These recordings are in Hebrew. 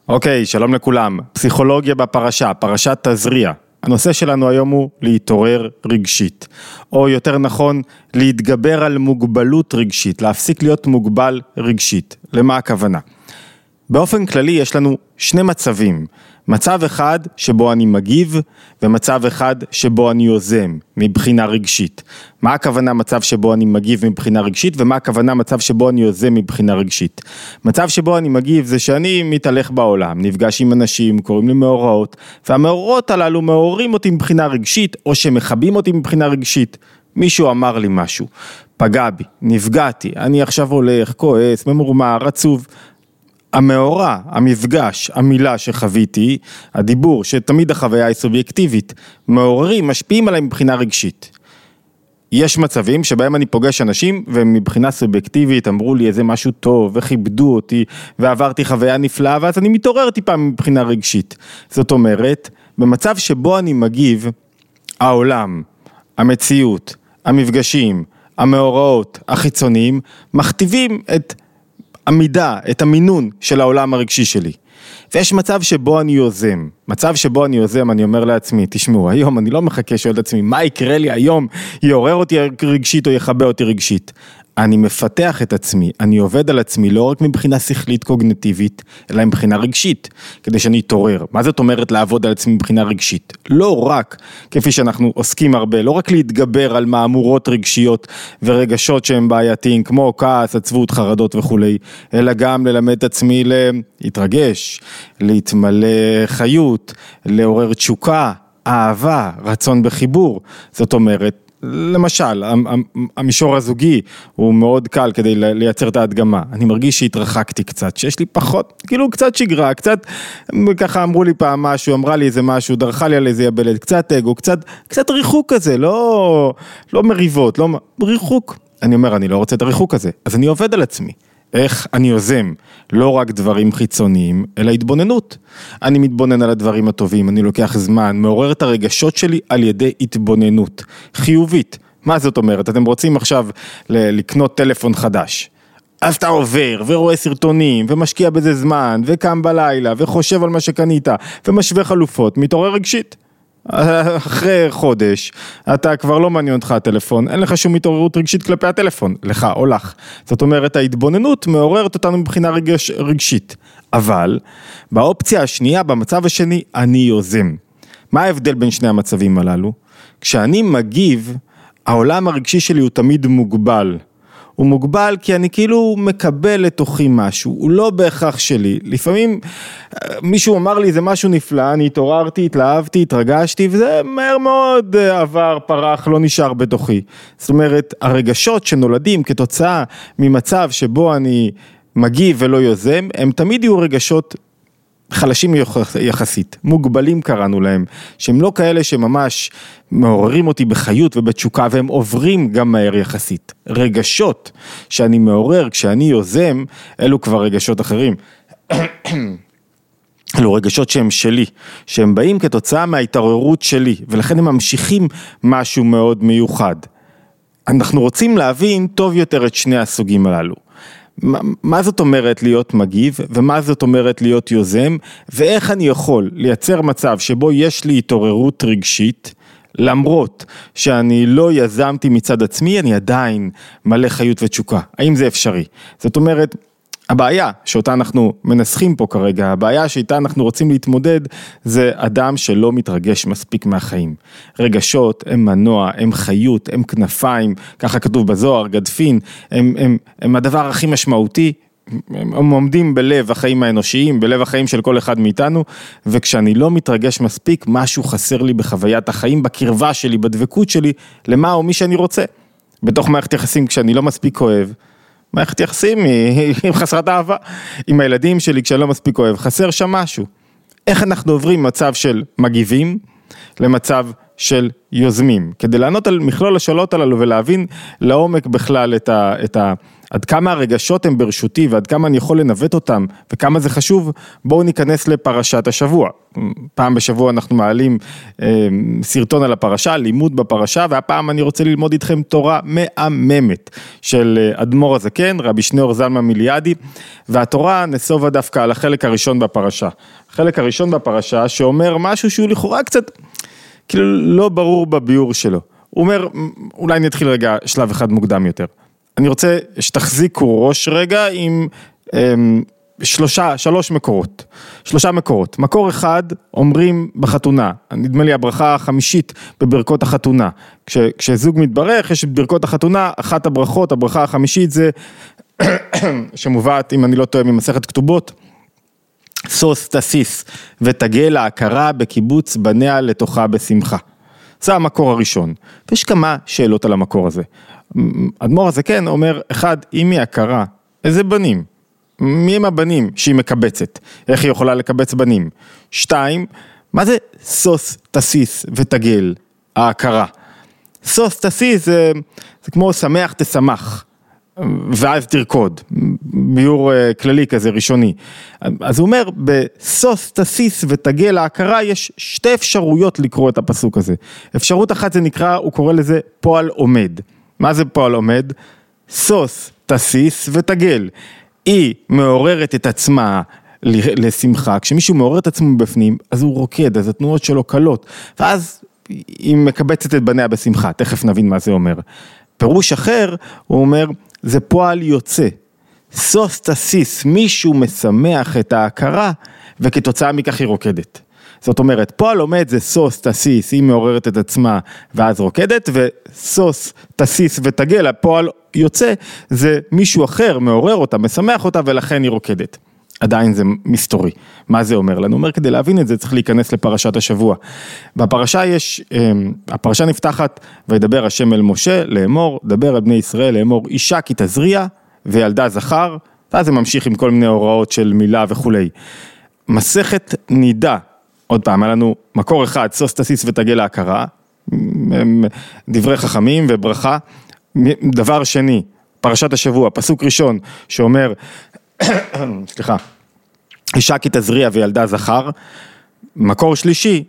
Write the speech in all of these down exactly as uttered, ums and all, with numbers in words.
אוקיי, שלום לכולם. פסיכולוגיה בפרשה, פרשת תזריע. הנושא שלנו היום הוא להתעורר רגשית, או יותר נכון, להתגבר על מוגבלות רגשית, להפסיק להיות מוגבל רגשית. למה הכוונה? באופן כללי יש לנו שני מצבים, מצב אחד שבו אני מגיב, ומצב אחד שבו אני יוזם מבחינה רגשית. מה הכוונה מצב שבו אני מגיב מבחינה רגשית, ומה הכוונה מצב שבו אני יוזם מבחינה רגשית? מצב שבו אני מגיב זה שאני מתהלך בעולם, נפגש עם אנשים, קוראים לי מאורעות, והמאורעות הללו מעוררים אותי מבחינה רגשית, או שמחבים אותי מבחינה רגשית. מישהו אמר לי משהו, פגע בי, נפגעתי, אני עכשיו הולך, כועס, ממורמר, עצוב. המאורע, המפגש, המילה שחוויתי, הדיבור, שתמיד החוויה היא סובייקטיבית, מעוררים, משפיעים עליי מבחינה רגשית. יש מצבים שבהם אני פוגש אנשים, ומבחינה סובייקטיבית אמרו לי איזה משהו טוב, וכיבדו אותי, ועברתי חוויה נפלאה, ואז אני מתעורר טיפה מבחינה רגשית. זאת אומרת, במצב שבו אני מגיב, העולם, המציאות, המפגשים, המאורעות, החיצוניים, מכתיבים את המידה, את המינון של העולם הרגשי שלי. ויש מצב שבו אני יוזם. מצב שבו אני יוזם, אני אומר לעצמי, תשמעו, היום אני לא מחכה שואל לעצמי, מה יקרה לי היום? יעורר אותי רגשית או יחבא אותי רגשית? אני מפתח את עצמי, אני עובד על עצמי, לא רק מבחינה שכלית קוגניטיבית, אלא מבחינה רגשית, כדי שאני אתעורר. מה זאת אומרת לעבוד על עצמי מבחינה רגשית? לא רק, כפי שאנחנו עוסקים הרבה, לא רק להתגבר על מהמורות רגשיות ורגשות שהם בעייתיים, כמו כעס, עצבות, חרדות וכו', אלא גם ללמד את עצמי להתרגש, להתמלא חיות, לעורר תשוקה, אהבה, רצון בחיבור. זאת אומרת, למשל, המישור הזוגי הוא מאוד קל כדי לייצר את ההדגמה. אני מרגיש שהתרחקתי קצת, שיש לי פחות, כאילו קצת שגרה, קצת, ככה אמרו לי פעם משהו, אמרה לי איזה משהו, דרכה לי על איזה יבלת, קצת אגו, קצת, קצת ריחוק כזה, לא, לא מריבות, לא, ריחוק. אני אומר, אני לא רוצה את הריחוק הזה, אז אני עובד על עצמי. איך אני יוזם, לא רק דברים חיצוניים, אלא התבוננות. אני מתבונן על הדברים הטובים, אני לוקח זמן, מעורר את הרגשות שלי על ידי התבוננות, חיובית. מה זאת אומרת? אתם רוצים עכשיו לקנות טלפון חדש. אז אתה עובר ורואה סרטונים ומשקיע בזה זמן וקם בלילה וחושב על מה שקנית ומשווה חלופות, מתעורר רגשית. אחרי חודש, אתה כבר לא מעניין אותך הטלפון, אין לך שום התעוררות רגשית כלפי הטלפון, לך או לך. זאת אומרת, ההתבוננות מעוררת אותנו מבחינה רגש, רגשית. אבל, באופציה השנייה, במצב השני, אני יוזם. מה ההבדל בין שני המצבים הללו? כשאני מגיב, העולם הרגשי שלי הוא תמיד מוגבל. הוא מוגבל כי אני כאילו מקבל לתוכי משהו, הוא לא בהכרח שלי. לפעמים מישהו אמר לי זה משהו נפלא, אני התעוררתי, התלהבתי, התרגשתי, וזה מהר מאוד עבר, פרח, לא נשאר בתוכי. זאת אומרת, הרגשות שנולדים כתוצאה ממצב שבו אני מגיב ולא יוזם, הם תמיד יהיו רגשות חלשים יחסית, מוגבלים קראנו להם, שהם לא כאלה שממש מעוררים אותי בחיות ובתשוקה, והם עוברים גם מהר יחסית. רגשות שאני מעורר כשאני יוזם, אלו כבר רגשות אחרים. אלו רגשות שהם שלי, שהם באים כתוצאה מההתעוררות שלי, ולכן הם ממשיכים משהו מאוד מיוחד. אנחנו רוצים להבין טוב יותר את שני הסוגים הללו. מה זאת אומרת להיות מגיב, ומה זאת אומרת להיות יוזם, ואיך אני יכול לייצר מצב שבו יש לי התעוררות רגשית, למרות שאני לא יזמתי מצד עצמי, אני עדיין מלא חיות ותשוקה. האם זה אפשרי? זאת אומרת, הבעיה שאותה אנחנו מנסחים פה כרגע, הבעיה שאיתה אנחנו רוצים להתמודד, זה אדם שלא מתרגש מספיק מהחיים. רגשות הם מנוע, הם חיות, הם כנפיים, ככה כתוב בזוהר, גדפין, הם, הם, הם הדבר הכי משמעותי, הם עומדים בלב החיים האנושיים, בלב החיים של כל אחד מאיתנו, וכשאני לא מתרגש מספיק, משהו חסר לי בחוויית החיים, בקרבה שלי, בדבקות שלי, למה או מי שאני רוצה. בתוך מערכת יחסים, כשאני לא מספיק אוהב, מערכת יחסים עם חסרת אהבה, עם הילדים שלי כשאני לא מספיק אוהב, חסר שם משהו. איך אנחנו עוברים מצב של מגיבים למצב של יוזמים, כדי לענות על מכלול השאלות הללו ולהבין לעומק בכלל את, ה, את עד כמה הרגשות הם ברשותי ועד כמה אני יכול לנווט אותם וכמה זה חשוב, בואו ניכנס לפרשת השבוע. פעם בשבוע אנחנו מעלים אה, סרטון על הפרשה, לימוד בפרשה, והפעם אני רוצה ללמוד איתכם תורה מהממת של אדמו"ר הזקן, רבי שניאור זלמן מיליאדי, והתורה נסובה דווקא על החלק הראשון בפרשה. החלק הראשון בפרשה שאומר משהו שהוא לכאורה קצת, כאילו לא ברור בביור שלו. הוא אומר, אולי נתחיל רגע שלב אחד מוקדם יותר. אני רוצה שתחזיקו ראש רגע עם אמ, שלושה, שלוש מקורות. שלושה מקורות. מקור אחד אומרים בחתונה. נדמה לי הברכה החמישית בברכות החתונה. כש, כשזוג מתברך, יש ברכות החתונה, אחת הברכות, הברכה החמישית זה, שמובאת, אם אני לא טועה, ממסכת כתובות, סוס תסיס ותגל ההכרה בקיבוץ בניה לתוכה בשמחה. זה המקור הראשון. ויש כמה שאלות על המקור הזה. אדמו"ר הזקן אומר, אחד, אם היא הכרה, איזה בנים? מי הם הבנים שהיא מקבצת? איך היא יכולה לקבץ בנים? שתיים, מה זה סוס תסיס ותגל ההכרה? סוס תסיס זה, זה כמו שמח תשמח. ואז תרקוד, ביור כללי כזה ראשוני. אז הוא אומר, בסוס תסיס ותגל ההכרה, יש שתי אפשרויות לקרוא את הפסוק הזה. אפשרות אחת זה נקרא, הוא קורא לזה פועל עומד. מה זה פועל עומד? סוס תסיס ותגל. היא מעוררת את עצמה לשמחה, כשמישהו מעורר את עצמו בפנים, אז הוא רוקד, אז התנועות שלו קלות, ואז היא מקבצת את בניה בשמחה, תכף נבין מה זה אומר. פירוש אחר, הוא אומר, זה פועל יוצא, סוס תסיס, מישהו משמח את ההכרה, וכתוצאה מכך היא רוקדת. זאת אומרת, פועל עומד זה סוס תסיס, היא מעוררת את עצמה, ואז רוקדת, וסוס תסיס ותגל, הפועל יוצא, זה מישהו אחר מעורר אותה, משמח אותה, ולכן היא רוקדת. עדיין זה מסתורי. מה זה אומר לנו? אומר, כדי להבין את זה, צריך להיכנס לפרשת השבוע. בפרשה יש, הפרשה נפתחת, וידבר השם אל משה, לאמור, דבר על בני ישראל, לאמור, אישה כי תזריע, וילדה זכר, ואז זה ממשיך עם כל מיני הוראות של מילה וכו'. מסכת נידה, עוד פעם, היה לנו מקור אחד, סוס תסיס ותגל ההכרה, דברי חכמים וברכה. דבר שני, פרשת השבוע, פסוק ראשון, שאומר, סליחה, אישה כי תזריע וילדה זכר. מקור שלישי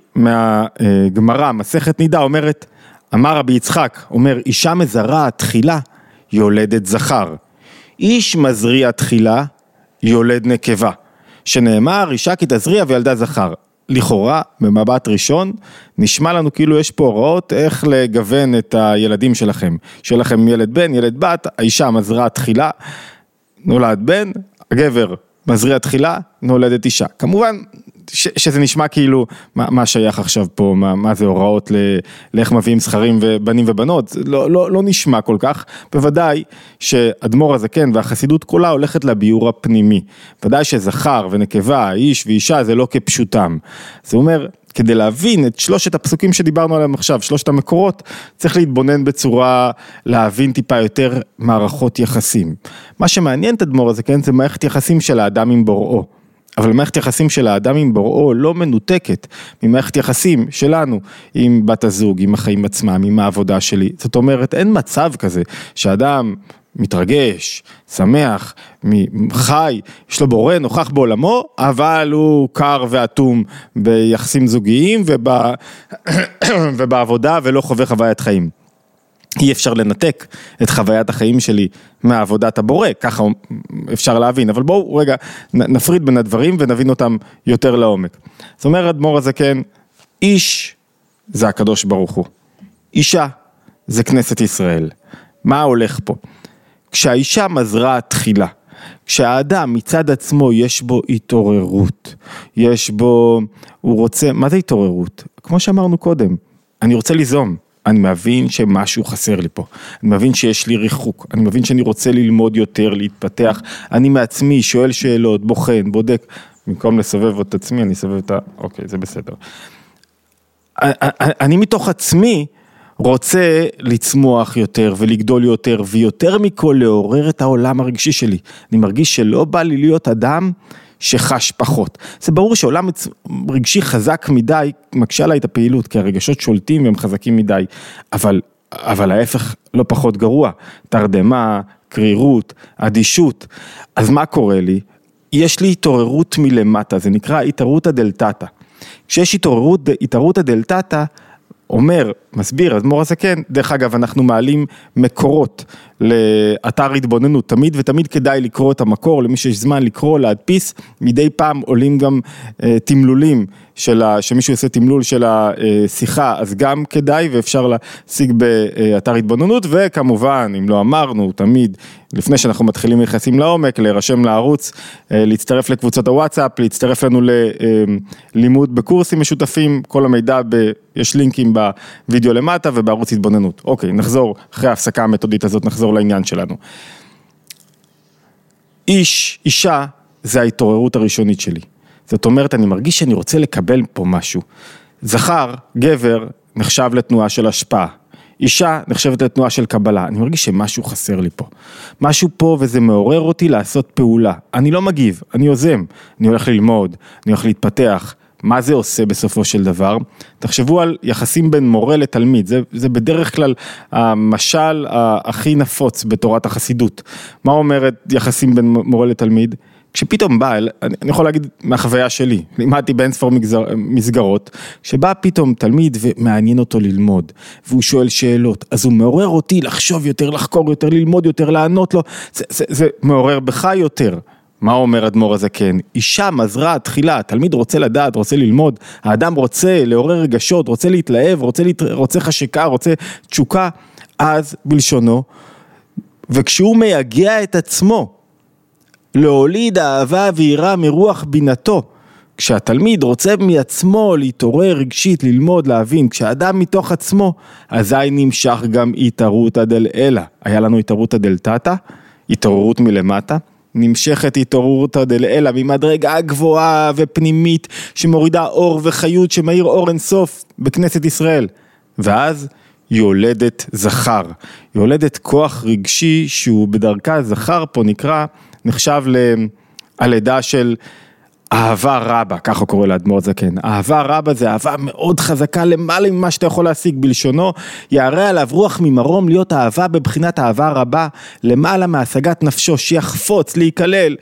מהגמרא, מסכת נידה, אומרת, אמר רבי יצחק, אומר, אישה מזרעה תחילה, יולדת זכר. איש מזריע תחילה, יולד נקבה. שנאמר, אישה כי תזריע וילדה זכר. לכאורה, במבט ראשון, נשמע לנו כאילו יש פה הוראות איך לגוון את הילדים שלכם. שיהיה לכם ילד בן, ילד בת, האישה מזרעה תחילה, נולד בן, הגבר מזריע תחילה, נולדת אישה. כמובן ש, שזה נשמע כאילו, מה, מה שייך עכשיו פה, מה, מה זה הוראות ל, לאיך מביאים זכרים ובנים ובנות, לא, לא, לא נשמע כל כך, בוודאי שאדמו"ר הזקן והחסידות כולה הולכת לביור הפנימי, ודאי שזכר ונקבה, איש ואישה זה לא כפשוטם, זה אומר, כדי להבין את שלושת הפסוקים שדיברנו עליהם עכשיו, שלושת המקורות, צריך להתבונן בצורה, להבין טיפה יותר מערכות יחסים. מה שמעניין את אדמו"ר הזקן זה מערכת יחסים של האדם עם בוראו. אבל מערכת יחסים של האדם עם בוראו לא מנותקת ממערכת יחסים שלנו עם בת הזוג, עם החיים עצמם, עם העבודה שלי. זאת אומרת, אין מצב כזה שאדם מתרגש, שמח, חי, יש לו בורא, נוכח בעולמו, אבל הוא קר ואטום ביחסים זוגיים ובא, ובעבודה ולא חווה חוויית חיים. אי אפשר לנתק את חוויית החיים שלי מעבודת הבורא, ככה אפשר להבין, אבל בואו רגע נפריד בין הדברים ונבין אותם יותר לעומק. זאת אומרת, אדמו"ר הזקן, איש זה הקדוש ברוך הוא, אישה זה כנסת ישראל. מה הולך פה? כשהאישה מזרעה תחילה, כשהאדם מצד עצמו יש בו התעוררות, יש בו, הוא רוצה, מה זה התעוררות? כמו שאמרנו קודם, אני רוצה ליזום, אני מבין שמשהו חסר לי פה, אני מבין שיש לי ריחוק, אני מבין שאני רוצה ללמוד יותר, להתפתח, אני מעצמי שואל שאלות, בוחן, בודק, במקום לסובב את עצמי, אני סובב את ה... אוקיי, זה בסדר. אני מתוך עצמי רוצה לצמוח יותר ולגדול יותר, ויותר מכל לעורר את העולם הרגשי שלי. אני מרגיש שלא בא לי להיות אדם שחש פחות. זה ברור שעולם רגשי חזק מדי, מקשה עליי את הפעילות, כי הרגשות שולטים והם חזקים מדי, אבל, אבל ההפך לא פחות גרוע. תרדמה, קרירות, אדישות. אז מה קורה לי? יש לי התעוררות מלמטה, זה נקרא התעוררות הדלתתא. כשיש התעוררות, התעוררות הדלתתא, אומר, מסביר, אז מור הזקן, דרך אגב, אנחנו מעלים מקורות לאתר התבוננות, תמיד ותמיד כדאי לקרוא את המקור, למי שיש זמן לקרוא, להדפיס, מדי פעם עולים גם אה, תמלולים, של ה, שמישהו עושה תמלול של השיחה, אז גם כדאי ואפשר להשיג באתר התבוננות, וכמובן, אם לא אמרנו, תמיד, לפני שאנחנו מתחילים יחסים לעומק, להירשם לערוץ, להצטרף לקבוצות הוואטסאפ, להצטרף לנו ללימוד בקורסים משותפים, כל המידע, ב, יש לינקים בווידאו למטה ובערוץ התבוננות. אוקיי, נחזור, אחרי ההפסקה המתודית הזאת, נחזור לעניין שלנו. איש, אישה, זה ההתעוררות הראשונית שלי. זאת אומרת, אני מרגיש שאני רוצה לקבל פה משהו. זכר, גבר, נחשב לתנועה של השפעה. אישה נחשבת לתנועה של קבלה. אני מרגיש שמשהו חסר לי פה. משהו פה וזה מעורר אותי לעשות פעולה. אני לא מגיב, אני יוזם. אני הולך ללמוד, אני הולך להתפתח. מה זה עושה בסופו של דבר? תחשבו על יחסים בין מורה לתלמיד. זה, זה בדרך כלל המשל הכי נפוץ בתורת החסידות. מה אומרת יחסים בין מורה לתלמיד? כשפתאום בא, אני, אני יכול להגיד מהחוויה שלי, לימדתי באין ספור מסגרות, שבא פתאום תלמיד ומעניין אותו ללמוד, והוא שואל שאלות, אז הוא מעורר אותי לחשוב יותר, לחקור יותר, ללמוד יותר, לענות לו, זה, זה, זה מעורר בך יותר. מה אומר אדמו"ר הזקן? אישה מזרה תחילה, תלמיד רוצה לדעת, רוצה ללמוד, האדם רוצה לעורר רגשות, רוצה להתלהב, רוצה, להת... רוצה חשיקה, רוצה תשוקה, אז בלשונו, וכשהוא מייגע את עצמו, להוליד אהבה ויראה מרוח בינתו, כשהתלמיד רוצה מעצמו להתעורר רגשית, ללמוד, להבין, כשהאדם מתוך עצמו, אזי נמשך גם התעוררותא דלעילא. היה לנו התעוררותא דלתתא, התעוררות מלמטה, נמשכת התעוררותא דלעילא, ממדרגה גבוהה ופנימית, שמורידה אור וחיות, שמאיר אור אינסוף בכנסת ישראל. ואז היא יולדת זכר, היא יולדת כוח רגשי, שהוא בדרכה זכר פה נקרא, נחשב להלידה של אהבה רבה, ככה קורא לאדמו"ר הזקן. אהבה רבה זה אהבה מאוד חזקה למעלה ממה שאתה יכול להשיג בלשונו, יערה עליו רוח ממרום להיות אהבה בבחינת אהבה רבה, למעלה מהשגת נפשו, שיחפוץ, להיכלל.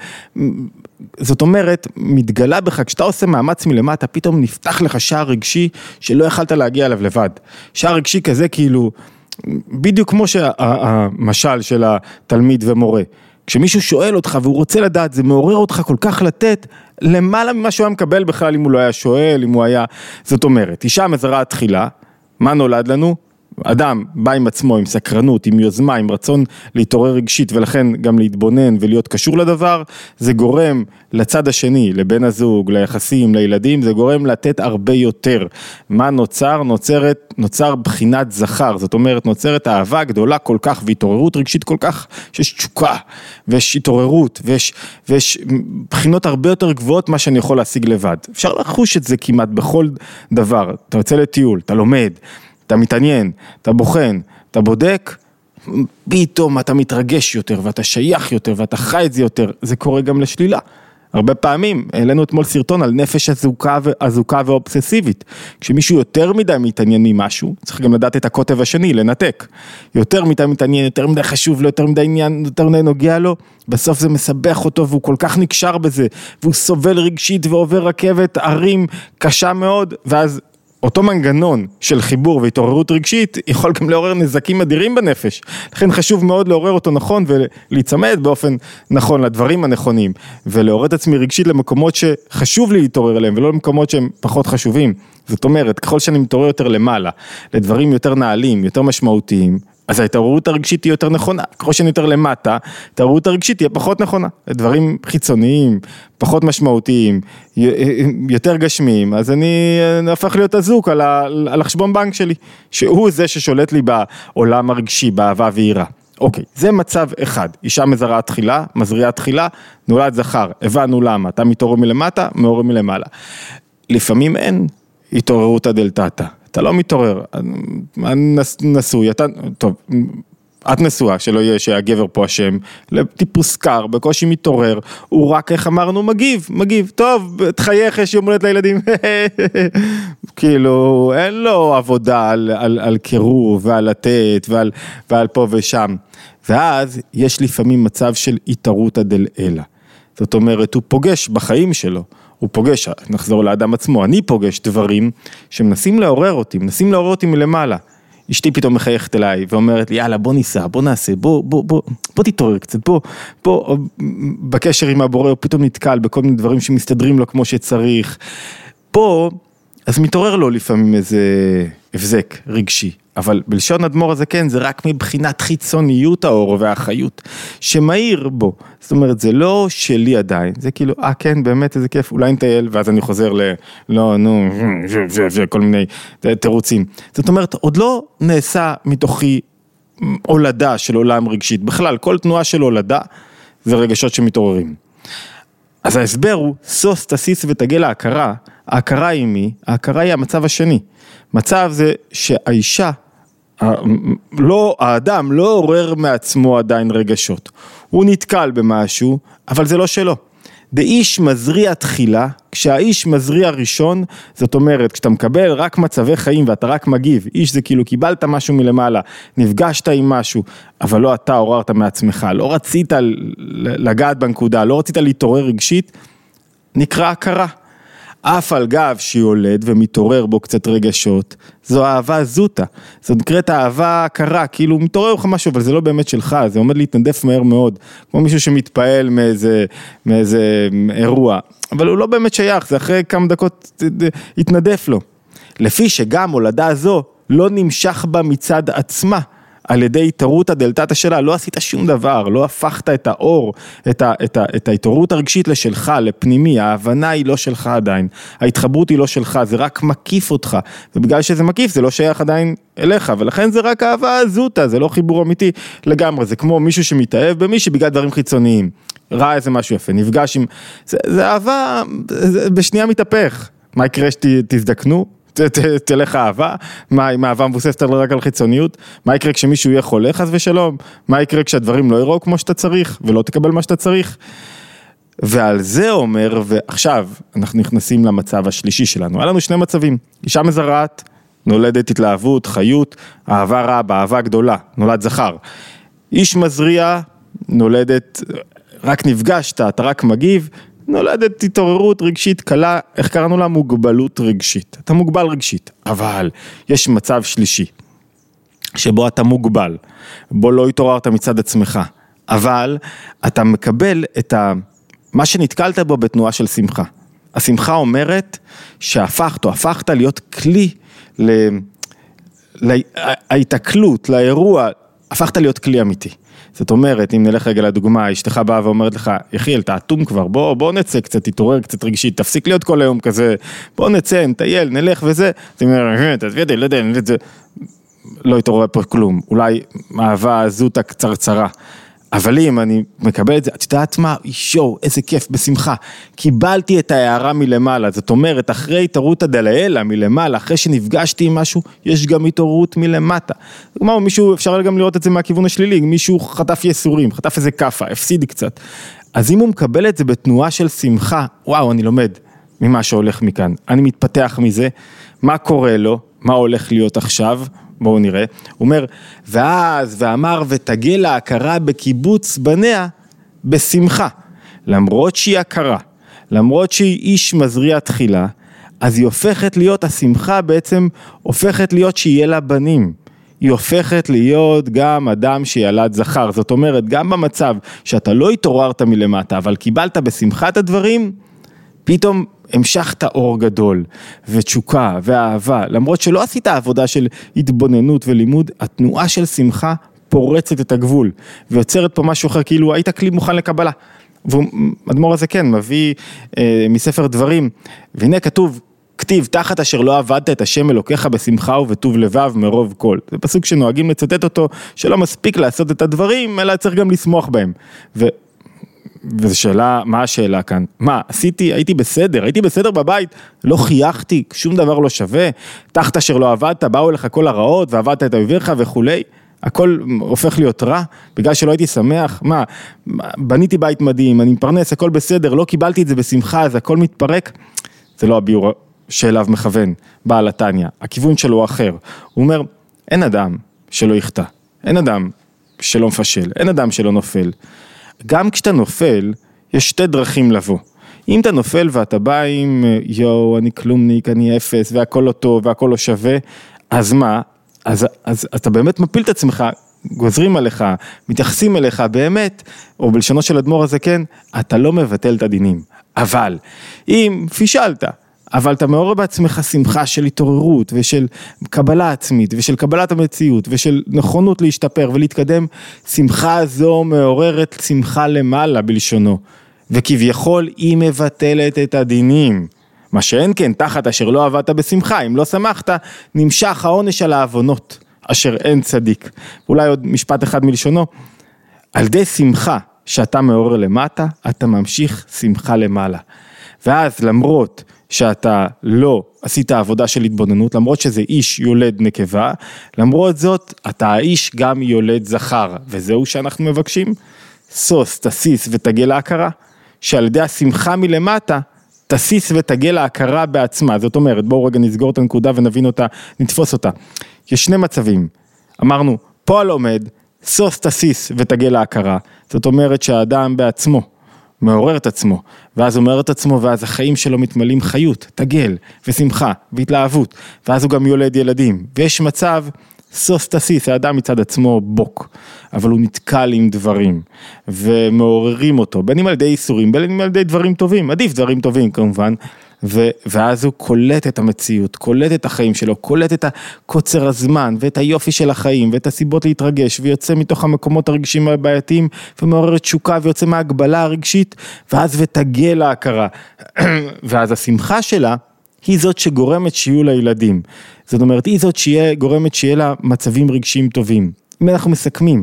זאת אומרת, מתגלה בך, כשאתה עושה מאמץ מלמטה, פתאום נפתח לך שער רגשי שלא יכלת להגיע אליו לבד. שער רגשי כזה כאילו, בדיוק כמו שהמשל של התלמיד ומורה. כשמישהו שואל אותך והוא רוצה לדעת, זה מעורר אותך כל כך לתת, למעלה ממה שהוא היה מקבל בכלל אם הוא לא היה שואל, אם הוא היה... זאת אומרת, אישה מזרה תחילה, מה נולד לנו? אדם בא עם עצמו, עם סקרנות, עם יוזמה, עם רצון להתעורר רגשית, ולכן גם להתבונן ולהיות קשור לדבר, זה גורם לצד השני, לבן הזוג, ליחסים, לילדים, זה גורם לתת הרבה יותר. מה נוצר? נוצרת, נוצר בחינת זכר, זאת אומרת, נוצרת אהבה גדולה כל כך, והתעוררות רגשית כל כך, שיש תשוקה, ויש התעוררות, ויש, ויש בחינות הרבה יותר גבוהות, מה שאני יכול להשיג לבד. אפשר לחוש את זה כמעט בכל דבר. אתה יוצא לטיול, אתה לומד, אתה מתעניין, אתה בוחן, אתה בודק, פתאום אתה מתרגש יותר, ואתה שייך יותר, ואתה חי את זה יותר, זה קורה גם לשלילה. הרבה פעמים, העלינו אתמול סרטון על נפש אזוקה, אזוקה ואובססיבית. כשמישהו יותר מדי מתעניין ממשהו, צריך גם לדעת את הכותב השני, לנתק. יותר מדי מתעניין, יותר מדי חשוב לו, יותר מדי עניין, יותר מדי נוגע לו, בסוף זה מסבך אותו, והוא כל כך נקשר בזה, והוא סובל רגשית ועובר רכבת, ערים קשה מאוד, ואז אותו מנגנון של חיבור והתעוררות רגשית יכול גם לעורר נזקים אדירים בנפש. לכן חשוב מאוד לעורר אותו נכון ולהצמד באופן נכון לדברים הנכונים, ולעורר את עצמי רגשית למקומות שחשוב לי להתעורר אליהם ולא למקומות שהם פחות חשובים. זאת אומרת, ככל שאני מתעורר יותר למעלה, לדברים יותר נעלים, יותר משמעותיים, אז ההתעוררות הרגשית היא יותר נכונה. ככל שאני יותר למטה, ההתעוררות הרגשית תהיה פחות נכונה. דברים חיצוניים, פחות משמעותיים, יותר גשמיים, אז אני הפך להיות אזוק על, ה, על החשבון בנק שלי, שהוא זה ששולט לי בעולם הרגשי, באהבה ויראה. אוקיי, זה מצב אחד. אישה מזרעה תחילה, מזריעה תחילה, נולד זכר. הבנו למה. אתה מתעורר מלמטה, מעורר מלמעלה. לפעמים אין התעוררותא דלתתא. אתה לא מתעורר, נשוי, אתה, טוב, את נשואה, שלא יהיה שהגבר פה השם, לטיפוס קר, בקושי מתעורר, הוא רק, איך אמרנו, מגיב, מגיב, טוב, תחייך, יש יום הולדת לילדים, כאילו, אין לו עבודה על, על, על קירוב ועל לתת ועל, ועל פה ושם, ואז יש לפעמים מצב של התערותא דלעילא. זאת אומרת, הוא פוגש בחיים שלו, הוא פוגש, נחזור לאדם עצמו, אני פוגש דברים שמנסים לעורר אותי, מנסים לעורר אותי מלמעלה. אשתי פתאום מחייכת אליי ואומרת לי, יאללה, בוא ניסע, בוא נעשה, בוא, בוא, בוא, בוא תתעורר קצת, בוא, בוא, בקשר עם הבורא, הוא פתאום נתקל בכל מיני דברים שמסתדרים לו כמו שצריך. פה, אז מתעורר לו לפעמים איזה הבזק רגשי, אבל בלשון אדמו"ר הזקן זה רק מבחינת חיצוניות האור והחיות שמאיר בו. זאת אומרת, זה לא שלי עדיין, זה כאילו, אה כן, באמת איזה כיף, אולי נטייל, ואז אני חוזר ל, לא, נו, וכל מיני תירוצים. זאת אומרת, עוד לא נעשה מתוכי הולדה של עולם רגשית, בכלל, כל תנועה של הולדה זה רגשות שמתעוררים. אז ההסבר הוא, סוס תסיס ותגל ההכרה, ההכרה היא מי? ההכרה היא המצב השני. מצב זה שהאישה, לא, האדם לא עורר מעצמו עדיין רגשות. הוא נתקל במשהו, אבל זה לא שלו. באיש מזריע תחילה, כשהאיש מזריע ראשון, זאת אומרת, כשאתה מקבל רק מצבי חיים ואתה רק מגיב, איש זה כאילו קיבלת משהו מלמעלה, נפגשת עם משהו, אבל לא אתה עוררת מעצמך, לא רצית לגעת בנקודה, לא רצית להתעורר רגשית, נקרא הכרה. אף על גב שיולד ומתעורר בו קצת רגשות, זו אהבה זוטה, זו נקראת אהבה הכרה, כאילו מתעורר לך משהו, אבל זה לא באמת שלך, זה עומד להתנדף מהר מאוד, כמו מישהו שמתפעל מאיזה, מאיזה אירוע, אבל הוא לא באמת שייך, זה אחרי כמה דקות התנדף לו. לפי שגם הולדה הזו לא נמשך בה מצד עצמה, על ידי התעורותא דלתתא שלה, לא עשית שום דבר, לא הפכת את האור, את, ה, את, ה, את ההתעוררות הרגשית לשלך, לפנימי, ההבנה היא לא שלך עדיין, ההתחברות היא לא שלך, זה רק מקיף אותך, ובגלל שזה מקיף זה לא שייך עדיין אליך, ולכן זה רק אהבה זוטה, זה לא חיבור אמיתי לגמרי, זה כמו מישהו שמתאהב במישהו בגלל דברים חיצוניים, ראה איזה משהו יפה, נפגש עם, זה, זה אהבה, זה בשנייה מתהפך, מה יקרה שתזדקנו? תלך אהבה, מה אם אהבה מבוססת רק על חיצוניות, מה יקרה כשמישהו יהיה חולה חס ושלום, מה יקרה כשהדברים לא יראו כמו שאתה צריך, ולא תקבל מה שאתה צריך, ועל זה אומר, ועכשיו אנחנו נכנסים למצב השלישי שלנו, היה לנו שני מצבים, אישה מזרעת, נולדת התלהבות, חיות, אהבה רבה, אהבה גדולה, נולד זכר, איש מזריע, נולדת, רק נפגשת, אתה רק מגיב, נולדת התעוררות רגשית קלה, איך קראנו לה? מוגבלות רגשית. אתה מוגבל רגשית, אבל יש מצב שלישי, שבו אתה מוגבל, בו לא התעוררת מצד עצמך, אבל אתה מקבל את ה... מה שנתקלת בו בתנועה של שמחה. השמחה אומרת שהפכת או הפכת להיות כלי ל... להתקלות, לאירוע, הפכת להיות כלי אמיתי. זאת אומרת, אם נלך רגע לדוגמה, אשתך באה ואומרת לך, יחיאל, אתה אטום כבר, בוא, בוא נצא קצת, תתעורר קצת רגשית, תפסיק להיות כל היום כזה, בוא נצא, נטייל, נלך וזה, אתה אומר, תעזבי אותי, לא יודע, לא יתעורר פה כלום, אולי אהבה זוטה קצרצרה, אבל אם אני מקבל את זה, את יודעת מה, אישו, איזה כיף, בשמחה, קיבלתי את ההערה מלמעלה, זאת אומרת, אחרי התעורותא דלעילא מלמעלה, אחרי שנפגשתי עם משהו, יש גם התעוררות מלמטה. כמו מישהו, אפשר גם לראות את זה מהכיוון השלילי, מישהו חטף יסורים, חטף איזה קפה, הפסיד קצת. אז אם הוא מקבל את זה בתנועה של שמחה, וואו, אני לומד ממה שהולך מכאן, אני מתפתח מזה, מה קורה לו, מה הולך להיות עכשיו, בואו נראה, הוא אומר, ואז ואמר ותגל ההכרה בקיבוץ בניה בשמחה, למרות שהיא הכרה, למרות שהיא איש מזריע תחילה, אז היא הופכת להיות, השמחה בעצם הופכת להיות שיהיה לה בנים, היא הופכת להיות גם אדם שילד זכר, זאת אומרת, גם במצב שאתה לא התעוררת מלמטה, אבל קיבלת בשמחת הדברים, פתאום המשכת אור גדול ותשוקה ואהבה, למרות שלא עשית עבודה של התבוננות ולימוד, התנועה של שמחה פורצת את הגבול, ויוצרת פה משהו אחר, כאילו היית כלי מוכן לקבלה, ואדמו"ר הזה כן, מביא אה, מספר דברים, והנה כתוב, כתיב תחת אשר לא עבדת את השם אלוקיך בשמחה ובטוב לבב מרוב כל, זה פסוק שנוהגים לצטט אותו, שלא מספיק לעשות את הדברים, אלא צריך גם לשמוח בהם, ו... וזו שאלה, מה השאלה כאן? מה, עשיתי, הייתי בסדר, הייתי בסדר בבית, לא חייכתי, שום דבר לא שווה, תחת אשר לא עבדת, באו לך כל הרעות, ועבדת את אויביך וכולי, הכל הופך להיות רע, בגלל שלא הייתי שמח, מה, בניתי בית מדהים, אני מפרנס, הכל בסדר, לא קיבלתי את זה בשמחה, אז הכל מתפרק, זה לא הביור שאליו מכוון, בעל התניא, הכיוון שלו אחר, הוא אומר, אין אדם שלא יחטא, אין אדם שלא מפשל, אין אדם שלא נופל. גם כשאתה נופל, יש שתי דרכים לבוא. אם אתה נופל ואתה בא עם יו, אני כלומניק, אני אפס, והכל לא טוב, והכל לא שווה, אז מה? אז, אז, אז אתה באמת מפיל את עצמך, גוזרים עליך, מתייחסים אליך, באמת, או בלשונו של אדמו"ר הזה, כן, אתה לא מבטל את הדינים. אבל, אם פישלת, אבל אתה מעורר בעצמך שמחה של התעוררות, ושל קבלה עצמית, ושל קבלת המציאות, ושל נכונות להשתפר ולהתקדם, שמחה זו מעוררת שמחה למעלה בלשונו, וכביכול היא מבטלת את הדינים. מה שאין כן, תחת אשר לא עבדת בשמחה, אם לא שמחת, נמשך העונש על העוונות, אשר אין צדיק. אולי עוד משפט אחד מלשונו, על די שמחה שאתה מעורר למטה, אתה ממשיך שמחה למעלה. ואז למרות שאתה לא עשית עבודה של התבוננות, למרות שזה איש יולד נקבה, למרות זאת, אתה האיש גם יולד זכר, וזהו שאנחנו מבקשים, סוס, תסיס ותגל להכרה, שעל ידי השמחה מלמטה, תסיס ותגל להכרה בעצמה, זאת אומרת, בואו רגע נסגור את הנקודה ונבין אותה, נתפוס אותה. יש שני מצבים, אמרנו, פועל עומד, סוס תסיס ותגל להכרה, זאת אומרת שהאדם בעצמו, מעורר את עצמו, ואז הוא מעורר את עצמו, ואז החיים שלו מתמלאים חיות, תגל ושמחה והתלהבות, ואז הוא גם יולד ילדים, ויש מצב, סוס תסיס, האדם מצד עצמו בוק, אבל הוא נתקל עם דברים, ומעוררים אותו, בין אם על ידי איסורים, בין אם על ידי דברים טובים, עדיף דברים טובים כמובן, ו- ואז הוא קולט את המציאות, קולט את החיים שלו, קולט את הקוצר הזמן, ואת היופי של החיים, ואת הסיבות להתרגש, ויוצא מתוך המקומות הרגשיים הבעייתיים, ומעורר תשוקה, ויוצא מההגבלה הרגשית, ואז ותגל להכרה, ואז השמחה שלה, היא זאת שגורמת שיהיו לילדים, זאת אומרת, היא זאת שיהיה, גורמת שיהיה לה מצבים רגשיים טובים, אם אנחנו מסכמים,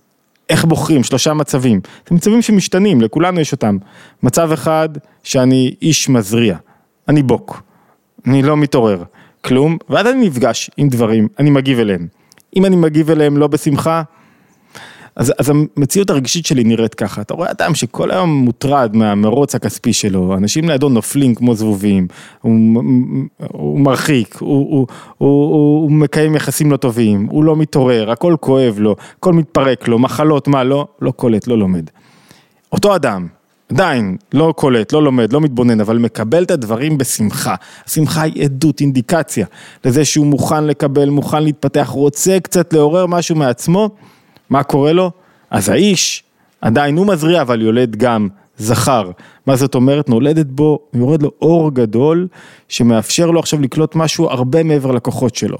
איך בוחרים? שלושה מצבים, זה מצבים שמשתנים, לכולנו יש אותם, מצב אחד שאני איש מזריע, אני בוק, אני לא מתעורר, כלום, ואז אני נפגש עם דברים, אני מגיב אליהם. אם אני מגיב אליהם לא בשמחה, אז, אז המציאות הרגשית שלי נראית ככה. אתה רואה אדם שכל היום מוטרד מהמרוץ הכספי שלו, אנשים לידו נופלים כמו זבובים, הוא, הוא מרחיק, הוא, הוא, הוא, הוא, הוא מקיים יחסים לא טובים, הוא לא מתעורר, הכל כואב לו, הכל מתפרק לו, מחלות, מה, לא, לא קולט, לא לומד. אותו אדם, עדיין לא קולט, לא לומד, לא מתבונן, אבל מקבל את הדברים בשמחה. השמחה היא עדות, אינדיקציה, לזה שהוא מוכן לקבל, מוכן להתפתח, רוצה קצת לעורר משהו מעצמו, מה קורה לו? אז האיש, עדיין הוא מזריע, אבל יולד גם זכר. מה זאת אומרת? נולדת בו, יורד לו אור גדול, שמאפשר לו עכשיו לקלוט משהו הרבה מעבר לכוחות שלו.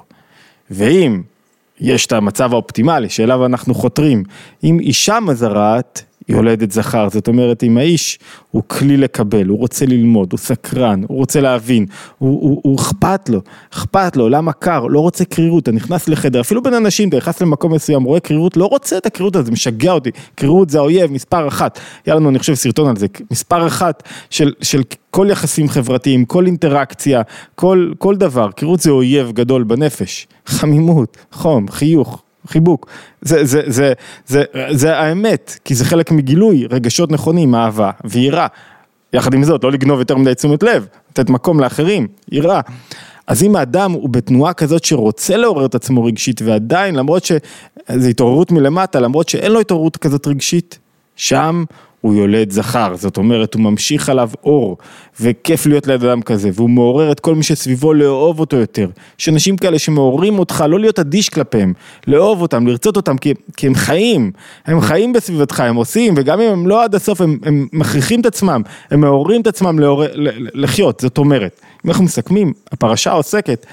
ואם יש את המצב האופטימלי, שאליו אנחנו חותרים, אם אישה מזרעת, יולדת זכר, זאת אומרת, אם האיש הוא כלי לקבל, הוא רוצה ללמוד, הוא סקרן, הוא רוצה להבין, הוא, הוא, הוא אכפת לו, אכפת לו, למה קר, לא רוצה קרירות, אתה נכנס לחדר, אפילו בין אנשים, אתה נכנס למקום מסוים, רואה קרירות, לא רוצה את הקרירות הזאת, זה משגע אותי, קרירות זה האויב, מספר אחת, היה לנו, אני חושב, סרטון על זה, מספר אחת של, של כל יחסים חברתיים, כל אינטראקציה, כל, כל דבר, קרירות זה אויב גדול בנפש, חמימות, חום, חיוך, חיבוק, זה, זה, זה, זה, זה האמת, כי זה חלק מגילוי, רגשות נכונים, אהבה ויראה, יחד עם זאת, לא לגנוב יותר מדי תשומת לב, לתת מקום לאחרים, יראה, אז אם האדם הוא בתנועה כזאת שרוצה לעורר את עצמו רגשית, ועדיין, למרות שזה התעוררות מלמטה, למרות שאין לו התעוררות כזאת רגשית, שם הוא יולד זכר, זאת אומרת, הוא ממשיך עליו אור, וכיף להיות ליד אדם כזה, והוא מעורר את כל מי שסביבו לאהוב אותו יותר, שאנשים כאלה שמעוררים אותך, לא להיות אדיש כלפיהם, לאהוב אותם, לרצות אותם, כי, כי הם חיים, הם חיים בסביבתך, הם עושים, וגם אם הם לא עד הסוף, הם, הם מכריחים את עצמם, הם מעוררים את עצמם לעור, לחיות, זאת אומרת, אם אנחנו מסכמים, הפרשה עוסקת,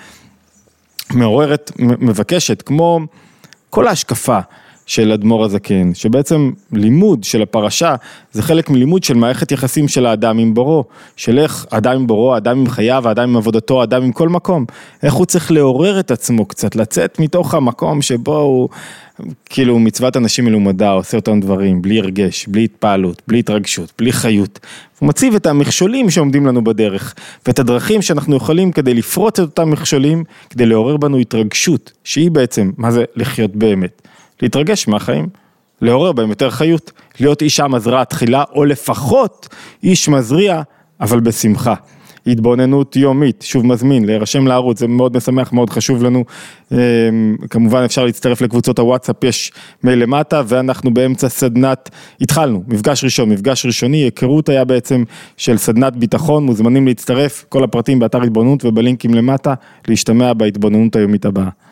מעוררת, מבקשת, כמו כל ההשקפה, של אדמו"ר הזקן, שבעצם לימוד של הפרשה, זה חלק מלימוד של מערכת יחסים של האדם עם בורו, של איך האדם עם בורו, האדם עם חייו, האדם עם עבודתו, האדם עם כל מקום, איך הוא צריך לעורר את עצמו קצת, לצאת מתוך המקום שבו הוא, כאילו מצוות אנשים מלומדה, עושה אותם דברים, בלי הרגש, בלי התפעלות, בלי התרגשות, בלי חיות, הוא מציב את המכשולים שעומדים לנו בדרך, ואת הדרכים שאנחנו יכולים כדי לפרוץ את אותם מכשולים, כדי לעורר בנו התרגשות, שהיא בעצם, מה זה לחיות באמת? להתרגש מהחיים, לעורר בהם יותר חיות, להיות אישה מזרעה תחילה, או לפחות איש מזריע, אבל בשמחה. התבוננות יומית, שוב מזמין, להירשם לערוץ, זה מאוד משמח, מאוד חשוב לנו, כמובן אפשר להצטרף לקבוצות הוואטסאפ, יש מייל למטה, ואנחנו באמצע סדנת, התחלנו, מפגש ראשון, מפגש ראשוני, היכרות היה בעצם של סדנת ביטחון, מוזמנים להצטרף, כל הפרטים באתר התבוננות ובלינקים למטה, להשתמע בהתבוננות היומית הבאה.